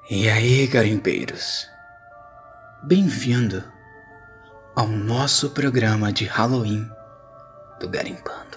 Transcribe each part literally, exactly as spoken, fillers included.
E aí, garimpeiros? Bem-vindo ao nosso programa de Halloween do Garimpando.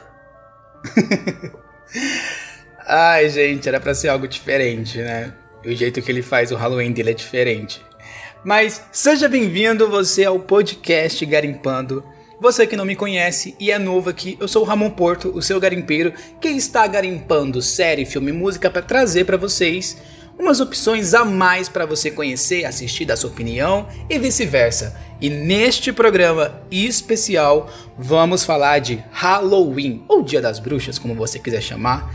Ai, gente, era pra ser algo diferente, né? O jeito que ele faz o Halloween dele é diferente. Mas seja bem-vindo você ao podcast Garimpando. Você que não me conhece e é novo aqui, eu sou o Ramon Porto, o seu garimpeiro, que está garimpando série, filme e música para trazer para vocês umas opções a mais para você conhecer, assistir, dar sua opinião e vice-versa. E neste programa especial vamos falar de Halloween, ou Dia das Bruxas, como você quiser chamar.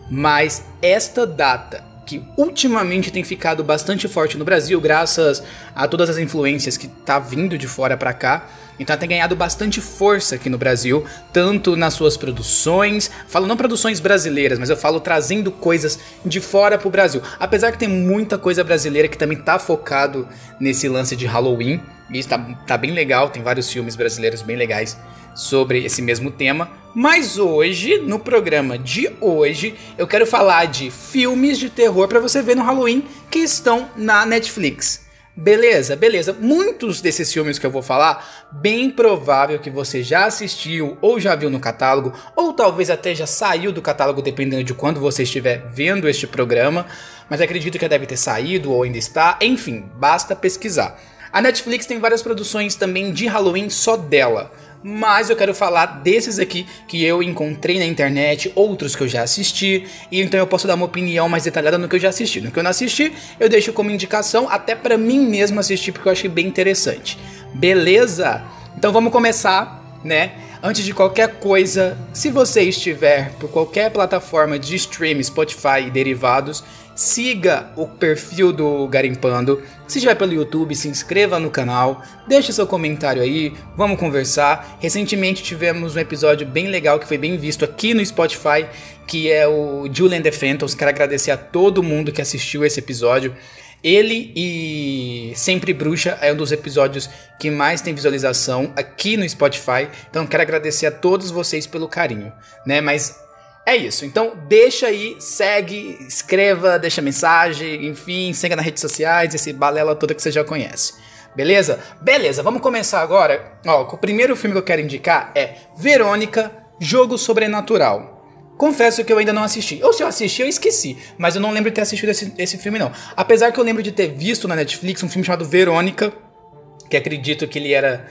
Mas esta data, que ultimamente tem ficado bastante forte no Brasil, graças a todas as influências que tá vindo de fora para cá, então ela tem ganhado bastante força aqui no Brasil, tanto nas suas produções, falo não produções brasileiras, mas eu falo trazendo coisas de fora pro Brasil. Apesar que tem muita coisa brasileira que também tá focado nesse lance de Halloween, e isso tá, tá bem legal, tem vários filmes brasileiros bem legais sobre esse mesmo tema. Mas hoje, no programa de hoje, eu quero falar de filmes de terror para você ver no Halloween que estão na Netflix. Beleza, beleza. Muitos desses filmes que eu vou falar, bem provável que você já assistiu ou já viu no catálogo, ou talvez até já saiu do catálogo, dependendo de quando você estiver vendo este programa, mas acredito que deve ter saído ou ainda está. Enfim, basta pesquisar. A Netflix tem várias produções também de Halloween só dela, mas eu quero falar desses aqui que eu encontrei na internet, outros que eu já assisti, e então eu posso dar uma opinião mais detalhada no que eu já assisti. No que eu não assisti, eu deixo como indicação até pra mim mesmo assistir, porque eu achei bem interessante. Beleza? Então vamos começar, né? Antes de qualquer coisa, se você estiver por qualquer plataforma de stream, Spotify e derivados, siga o perfil do Garimpando. Se estiver pelo YouTube, se inscreva no canal, deixe seu comentário aí, vamos conversar. Recentemente tivemos um episódio bem legal que foi bem visto aqui no Spotify, que é o Julian the Phantoms. Quero agradecer a todo mundo que assistiu esse episódio. Ele e Sempre Bruxa é um dos episódios que mais tem visualização aqui no Spotify. Então quero agradecer a todos vocês pelo carinho, né? Mas é isso, então deixa aí, segue, escreva, deixa mensagem, enfim, siga nas redes sociais, esse balela toda que você já conhece. Beleza? Beleza, vamos começar agora. Ó, o primeiro filme que eu quero indicar é Verônica, Jogo Sobrenatural. Confesso que eu ainda não assisti. Ou se eu assisti, eu esqueci. Mas eu não lembro de ter assistido esse, esse filme, não. Apesar que eu lembro de ter visto na Netflix um filme chamado Verônica, que acredito que ele era...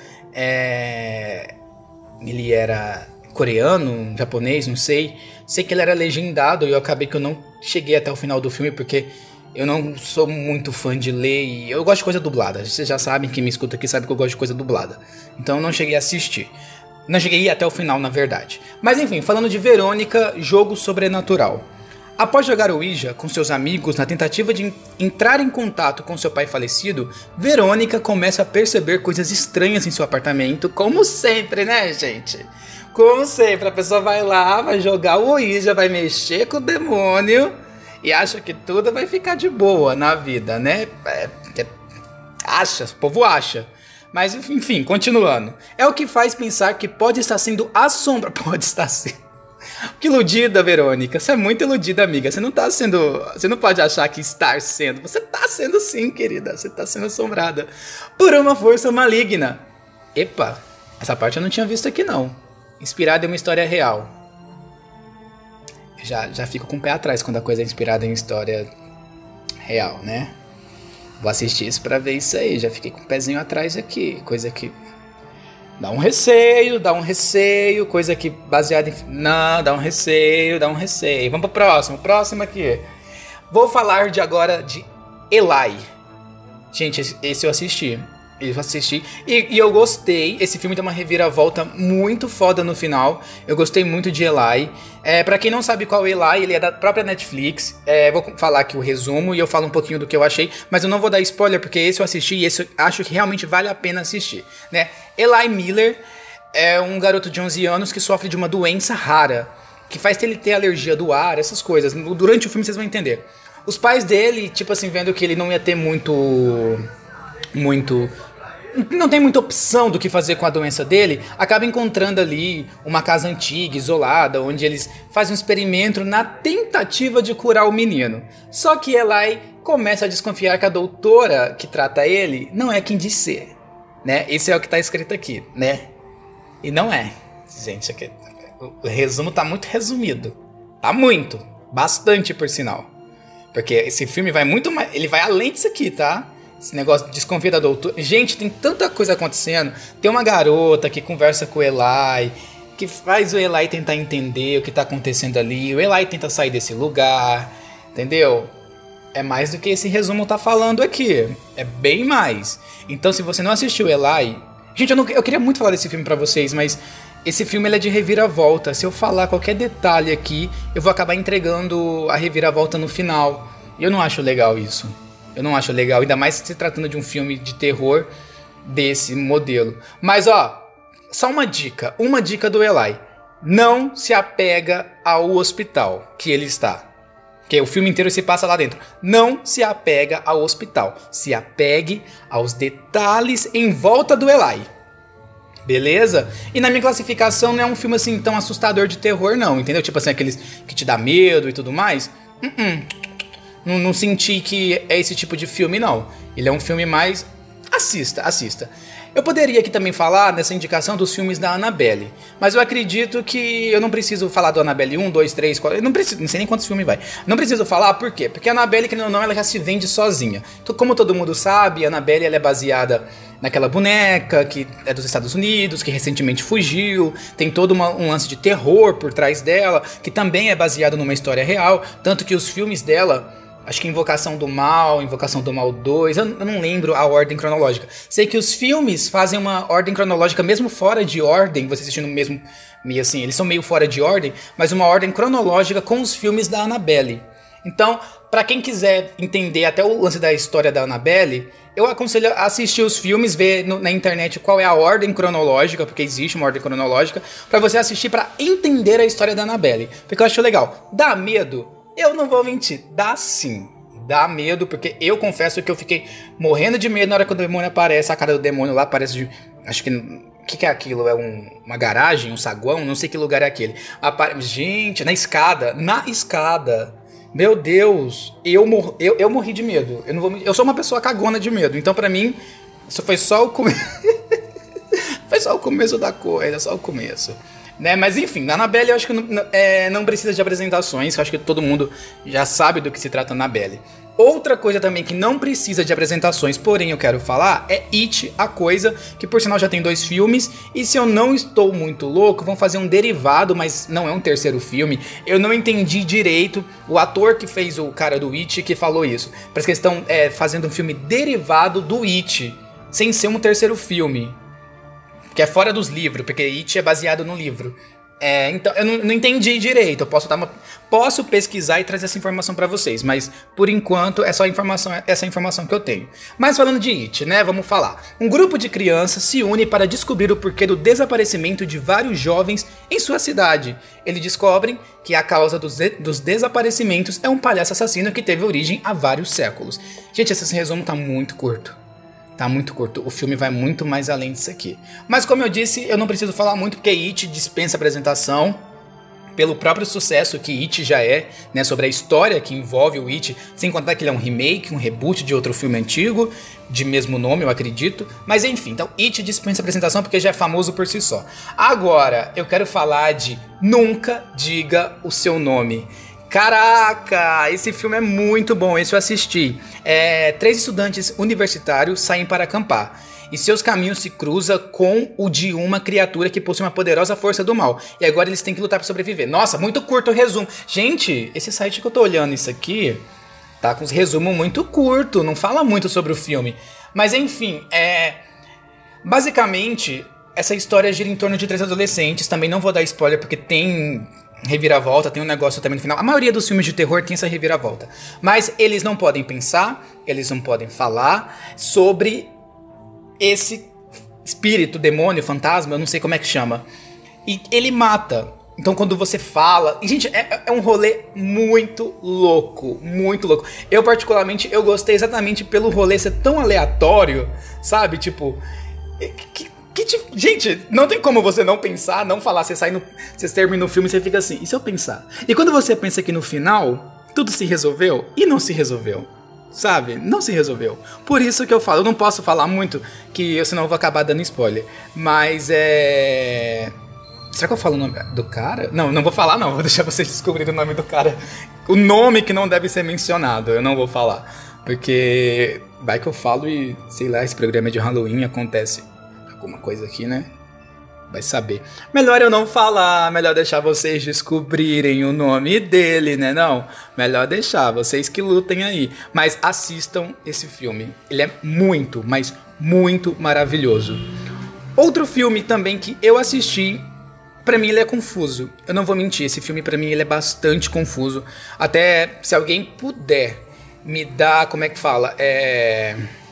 É... Ele era coreano, japonês, não sei. Sei que ele era legendado e eu acabei que eu não cheguei até o final do filme, porque eu não sou muito fã de ler e eu gosto de coisa dublada. Vocês já sabem, quem me escuta aqui sabe que eu gosto de coisa dublada. Então eu não cheguei a assistir. Não cheguei a ir até o final, na verdade. Mas enfim, falando de Verônica, Jogo Sobrenatural. Após jogar Ouija com seus amigos na tentativa de entrar em contato com seu pai falecido, Verônica começa a perceber coisas estranhas em seu apartamento, como sempre, né, gente? Como sempre, a pessoa vai lá, vai jogar o Ouija, vai mexer com o demônio e acha que tudo vai ficar de boa na vida, né? É, é, acha, o povo acha. Mas enfim, continuando. É o que faz pensar que pode estar sendo assombrada. Pode estar sendo. Que iludida, Verônica. Você é muito iludida, amiga. Você não tá sendo... Você não pode achar que estar sendo. Você tá sendo sim, querida. Você tá sendo assombrada por uma força maligna. Epa, essa parte eu não tinha visto aqui, não. Inspirada em uma história real. Já, já fico com o pé atrás quando a coisa é inspirada em história real, né? Vou assistir isso pra ver isso aí. Já fiquei com o pezinho atrás aqui. Coisa que dá um receio, dá um receio. Coisa que baseada em... Não, dá um receio, dá um receio. Vamos pro próximo. Próximo aqui. Vou falar de agora de Eli. Gente, esse eu assisti. Eu assisti e, e eu gostei. Esse filme tem uma reviravolta muito foda no final. Eu gostei muito de Eli. É, pra quem não sabe qual é o Eli, ele é da própria Netflix. É, vou falar aqui o resumo e eu falo um pouquinho do que eu achei, mas eu não vou dar spoiler porque esse eu assisti e esse eu acho que realmente vale a pena assistir, né? Eli Miller é um garoto de onze anos que sofre de uma doença rara, que faz ele ter alergia do ar, essas coisas. Durante o filme vocês vão entender. Os pais dele, tipo assim, vendo que ele não ia ter muito... Muito... não tem muita opção do que fazer com a doença dele, acaba encontrando ali uma casa antiga, isolada, onde eles fazem um experimento na tentativa de curar o menino. Só que Eli começa a desconfiar que a doutora que trata ele não é quem diz ser, né? Esse é o que tá escrito aqui, né? E não é. Gente, aqui, o resumo tá muito resumido. Tá muito. Bastante, por sinal. Porque esse filme vai muito mais... Ele vai além disso aqui, tá? Esse negócio de desconfia da doutora. Gente, tem tanta coisa acontecendo. Tem uma garota que conversa com o Eli, que faz o Eli tentar entender o que tá acontecendo ali. O Eli tenta sair desse lugar, entendeu? É mais do que esse resumo tá falando aqui. É bem mais. Então, se você não assistiu Eli... Gente, eu, não, eu queria muito falar desse filme pra vocês, mas... Esse filme ele é de reviravolta. Se eu falar qualquer detalhe aqui, eu vou acabar entregando a reviravolta no final. E eu não acho legal isso. Eu não acho legal, ainda mais se tratando de um filme de terror desse modelo. Mas ó, só uma dica, uma dica do Eli. Não se apega ao hospital que ele está. Porque o filme inteiro se passa lá dentro. Não se apega ao hospital. Se apegue aos detalhes em volta do Eli. Beleza? E na minha classificação não é um filme assim tão assustador de terror não, entendeu? Tipo assim, aqueles que te dá medo e tudo mais. Uh-uh. Não, não senti que é esse tipo de filme, não. Ele é um filme mais... Assista, assista. Eu poderia aqui também falar nessa indicação dos filmes da Annabelle. Mas eu acredito que eu não preciso falar do Annabelle um, dois, três, quatro... Eu não, preciso, não sei nem quantos filmes vai. Não preciso falar, por quê? Porque a Annabelle, querendo ou não, ela já se vende sozinha. Então, como todo mundo sabe, a Annabelle ela é baseada naquela boneca que é dos Estados Unidos, que recentemente fugiu. Tem todo uma, um lance de terror por trás dela, que também é baseado numa história real. Tanto que os filmes dela... Acho que Invocação do Mal, Invocação do Mal dois, eu não lembro a ordem cronológica. Sei que os filmes fazem uma ordem cronológica mesmo fora de ordem, você assistindo mesmo, meio assim, eles são meio fora de ordem, mas uma ordem cronológica com os filmes da Annabelle. Então, pra quem quiser entender até o lance da história da Annabelle, eu aconselho a assistir os filmes, ver no, na internet qual é a ordem cronológica, porque existe uma ordem cronológica, pra você assistir pra entender a história da Annabelle. Porque eu acho legal. Dá medo? Eu não vou mentir, dá sim, dá medo, porque eu confesso que eu fiquei morrendo de medo na hora que o demônio aparece, a cara do demônio lá parece de, acho que, o que, que é aquilo, é um, uma garagem, um saguão, não sei que lugar é aquele, Apare... gente, na escada, na escada, meu Deus, eu, mor... eu, eu morri de medo, eu, não vou... eu sou uma pessoa cagona de medo, então pra mim, isso foi só o começo, foi só o começo da coisa, só o começo. Né? Mas enfim, na Annabelle eu acho que não, é, não precisa de apresentações, eu acho que todo mundo já sabe do que se trata Annabelle. Outra coisa também que não precisa de apresentações, porém eu quero falar, é It, a Coisa, que por sinal já tem dois filmes, e se eu não estou muito louco, vão fazer um derivado, mas não é um terceiro filme. Eu não entendi direito o ator que fez o cara do It que falou isso. Parece que eles estão é, fazendo um filme derivado do It, sem ser um terceiro filme. Que é fora dos livros, porque It é baseado no livro. É, então, eu não, não entendi direito. Eu posso, dar uma, posso pesquisar e trazer essa informação pra vocês, mas por enquanto é só informação, essa informação que eu tenho. Mas falando de It, né, vamos falar. Um grupo de crianças se une para descobrir o porquê do desaparecimento de vários jovens em sua cidade. Eles descobrem que a causa dos, de, dos desaparecimentos é um palhaço assassino que teve origem há vários séculos. Gente, esse resumo tá muito curto. Tá muito curto, o filme vai muito mais além disso aqui. Mas como eu disse, eu não preciso falar muito porque It dispensa apresentação. Pelo próprio sucesso que It já é, né, sobre a história que envolve o It, sem contar que ele é um remake, um reboot de outro filme antigo, de mesmo nome, eu acredito. Mas enfim, então It dispensa apresentação porque já é famoso por si só. Agora, eu quero falar de Nunca Diga o Seu Nome. Caraca, esse filme é muito bom, esse eu assisti. É, três estudantes universitários saem para acampar e seus caminhos se cruzam com o de uma criatura que possui uma poderosa força do mal. E agora eles têm que lutar para sobreviver. Nossa, muito curto o resumo. Gente, esse site que eu tô olhando isso aqui tá com os resumos muito curto, não fala muito sobre o filme. Mas enfim, é... basicamente, essa história gira em torno de três adolescentes. Também não vou dar spoiler porque tem... reviravolta, tem um negócio também no final. A maioria dos filmes de terror tem essa reviravolta. Mas eles não podem pensar, eles não podem falar sobre esse espírito, demônio, fantasma, eu não sei como é que chama. E ele mata Então quando você fala... E, gente, é, é um rolê muito louco, muito louco. Eu, particularmente, eu gostei exatamente pelo rolê ser tão aleatório, sabe? Tipo... Que, que, que, gente, não tem como você não pensar, não falar. Você sai no... Você termina o filme e você fica assim, e se eu pensar? E quando você pensa que no final, tudo se resolveu, e não se resolveu. Sabe? Não se resolveu. Por isso que eu falo, eu não posso falar muito, que eu, senão eu vou acabar dando spoiler. Mas é... Será que eu falo o nome do cara? Não, não vou falar não, vou deixar vocês descobrirem o nome do cara. O nome que não deve ser mencionado, eu não vou falar. Porque vai que eu falo e, sei lá, esse programa de Halloween acontece alguma coisa aqui, né? Vai saber. Melhor eu não falar, melhor deixar vocês descobrirem o nome dele, né? Não, melhor deixar, vocês que lutem aí. Mas assistam esse filme, ele é muito, mas muito maravilhoso. Outro filme também que eu assisti, pra mim ele é confuso. Eu não vou mentir, esse filme pra mim ele é bastante confuso. Até se alguém puder me dar, como é que fala? É...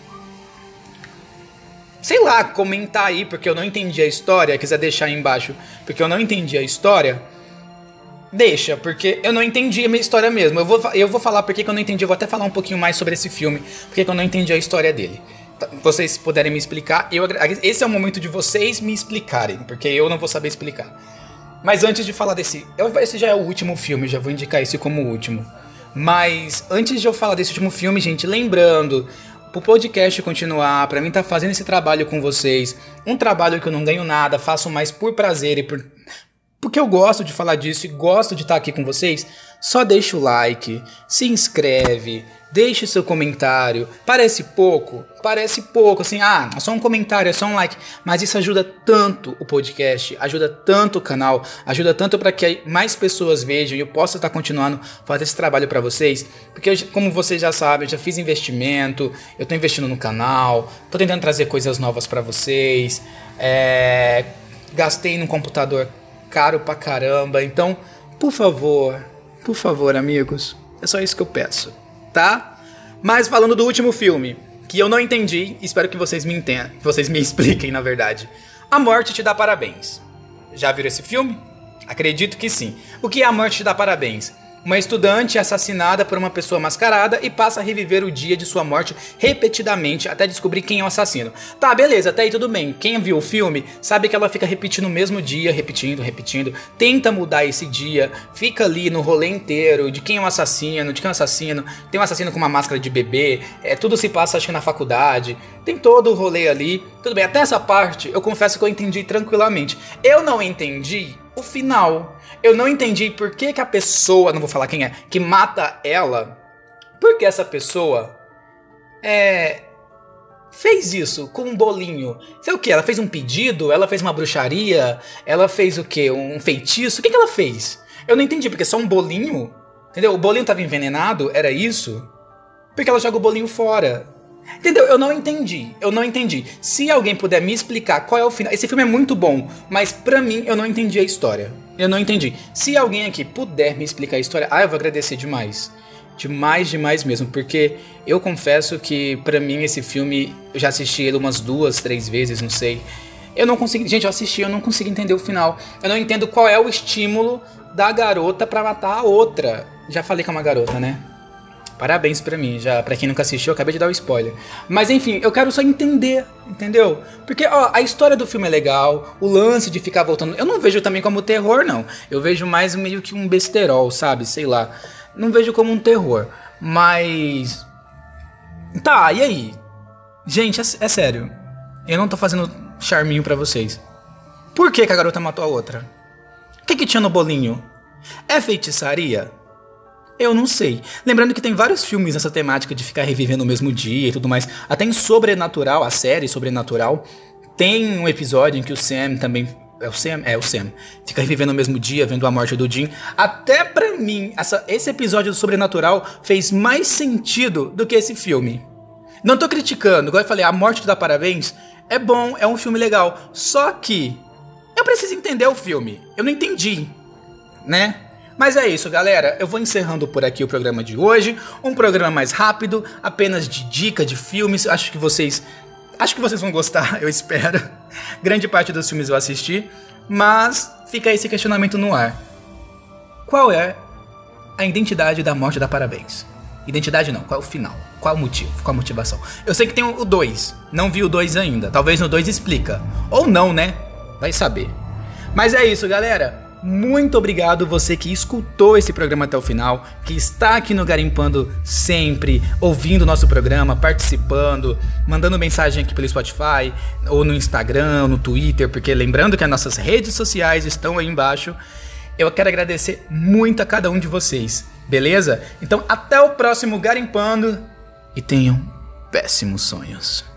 Sei lá, comentar aí, porque eu não entendi a história. Quiser deixar aí embaixo, porque eu não entendi a história. Deixa, porque eu não entendi a minha história mesmo. Eu vou, eu vou falar porque que eu não entendi. Eu vou até falar um pouquinho mais sobre esse filme, porque que eu não entendi a história dele. Vocês puderem me explicar, eu, esse é o momento de vocês me explicarem, porque eu não vou saber explicar. Mas antes de falar desse... Eu, esse já é o último filme, já vou indicar esse como o último. Mas antes de eu falar desse último filme, gente, lembrando... Pro podcast continuar, pra mim tá fazendo esse trabalho com vocês, um trabalho que eu não ganho nada, faço mais por prazer e por... porque eu gosto de falar disso e gosto de estar aqui com vocês, só deixa o like, se inscreve, deixe seu comentário. Parece pouco? Parece pouco, assim, ah, é só um comentário, é só um like, mas isso ajuda tanto o podcast, ajuda tanto o canal, ajuda tanto para que mais pessoas vejam e eu possa estar continuando fazendo esse trabalho para vocês, porque eu, como vocês já sabem, eu já fiz investimento, eu tô investindo no canal, tô tentando trazer coisas novas para vocês, é, gastei num computador caro pra caramba, então, por favor, por favor, amigos, é só isso que eu peço, tá? Mas falando do último filme, que eu não entendi, espero que vocês me entendam, que vocês me expliquem, na verdade. A Morte Te Dá Parabéns. Já viram esse filme? Acredito que sim. O que é A Morte Te Dá Parabéns? Uma estudante é assassinada por uma pessoa mascarada e passa a reviver o dia de sua morte repetidamente até descobrir quem é o assassino. Tá, beleza, até aí tudo bem. Quem viu o filme sabe que ela fica repetindo o mesmo dia, repetindo, repetindo. Tenta mudar esse dia, fica ali no rolê inteiro de quem é o assassino, de quem é o assassino. Tem um assassino com uma máscara de bebê, é, tudo se passa acho que na faculdade. Tem todo o rolê ali. Tudo bem, até essa parte eu confesso que eu entendi tranquilamente. Eu não entendi o final. Eu não entendi por que que a pessoa, não vou falar quem é, que mata ela, por que essa pessoa é, fez isso com um bolinho. Sei o que? Ela fez um pedido? Ela fez uma bruxaria? Ela fez o que? Um feitiço? O que que ela fez? Eu não entendi, porque só um bolinho? Entendeu? O bolinho estava envenenado? Era isso? Porque ela joga o bolinho fora. Entendeu? Eu não entendi, eu não entendi. Se alguém puder me explicar qual é o final... Esse filme é muito bom, mas pra mim eu não entendi a história. Eu não entendi. Se alguém aqui puder me explicar a história, ah, eu vou agradecer demais. Demais, demais mesmo, porque eu confesso que pra mim esse filme, eu já assisti ele umas duas, três vezes, não sei. Eu não consegui, gente, eu assisti, eu não consegui entender o final. Eu não entendo qual é o estímulo da garota pra matar a outra. Já falei que é uma garota, né? Parabéns pra mim, já pra quem nunca assistiu, eu acabei de dar o spoiler. Mas enfim, eu quero só entender, entendeu? Porque ó, a história do filme é legal, o lance de ficar voltando... Eu não vejo também como terror, não. Eu vejo mais meio que um besterol, sabe? Sei lá. Não vejo como um terror. Mas... Tá, e aí? Gente, é, é sério. Eu não tô fazendo charminho pra vocês. Por que que a garota matou a outra? O que que tinha no bolinho? É feitiçaria? Eu não sei. Lembrando que tem vários filmes nessa temática de ficar revivendo o mesmo dia e tudo mais. Até em Sobrenatural, a série Sobrenatural, tem um episódio em que o Sam também... É o Sam? É o Sam. Fica revivendo o mesmo dia, vendo a morte do Jim. Até pra mim, essa, esse episódio do Sobrenatural fez mais sentido do que esse filme. Não tô criticando. Igual eu falei, A Morte Te Dá Parabéns é bom, é um filme legal. Só que eu preciso entender o filme. Eu não entendi, né? Mas é isso, galera, eu vou encerrando por aqui o programa de hoje, um programa mais rápido, apenas de dica de filmes, acho que vocês, acho que vocês vão gostar, eu espero, grande parte dos filmes eu assisti, Mas fica esse questionamento no ar. Qual é a identidade da morte da Parabéns? Identidade não, qual é o final? Qual é o motivo? Qual a motivação? Eu sei que tem o dois, não vi o dois ainda. Talvez no dois explica. Ou não, né? Vai saber. Mas é isso, galera. Muito obrigado você que escutou esse programa até o final, que está aqui no Garimpando sempre, ouvindo o nosso programa, participando, mandando mensagem aqui pelo Spotify, ou no Instagram, no Twitter, porque lembrando que as nossas redes sociais estão aí embaixo. Eu quero agradecer muito a cada um de vocês, beleza? Então até o próximo Garimpando e tenham péssimos sonhos.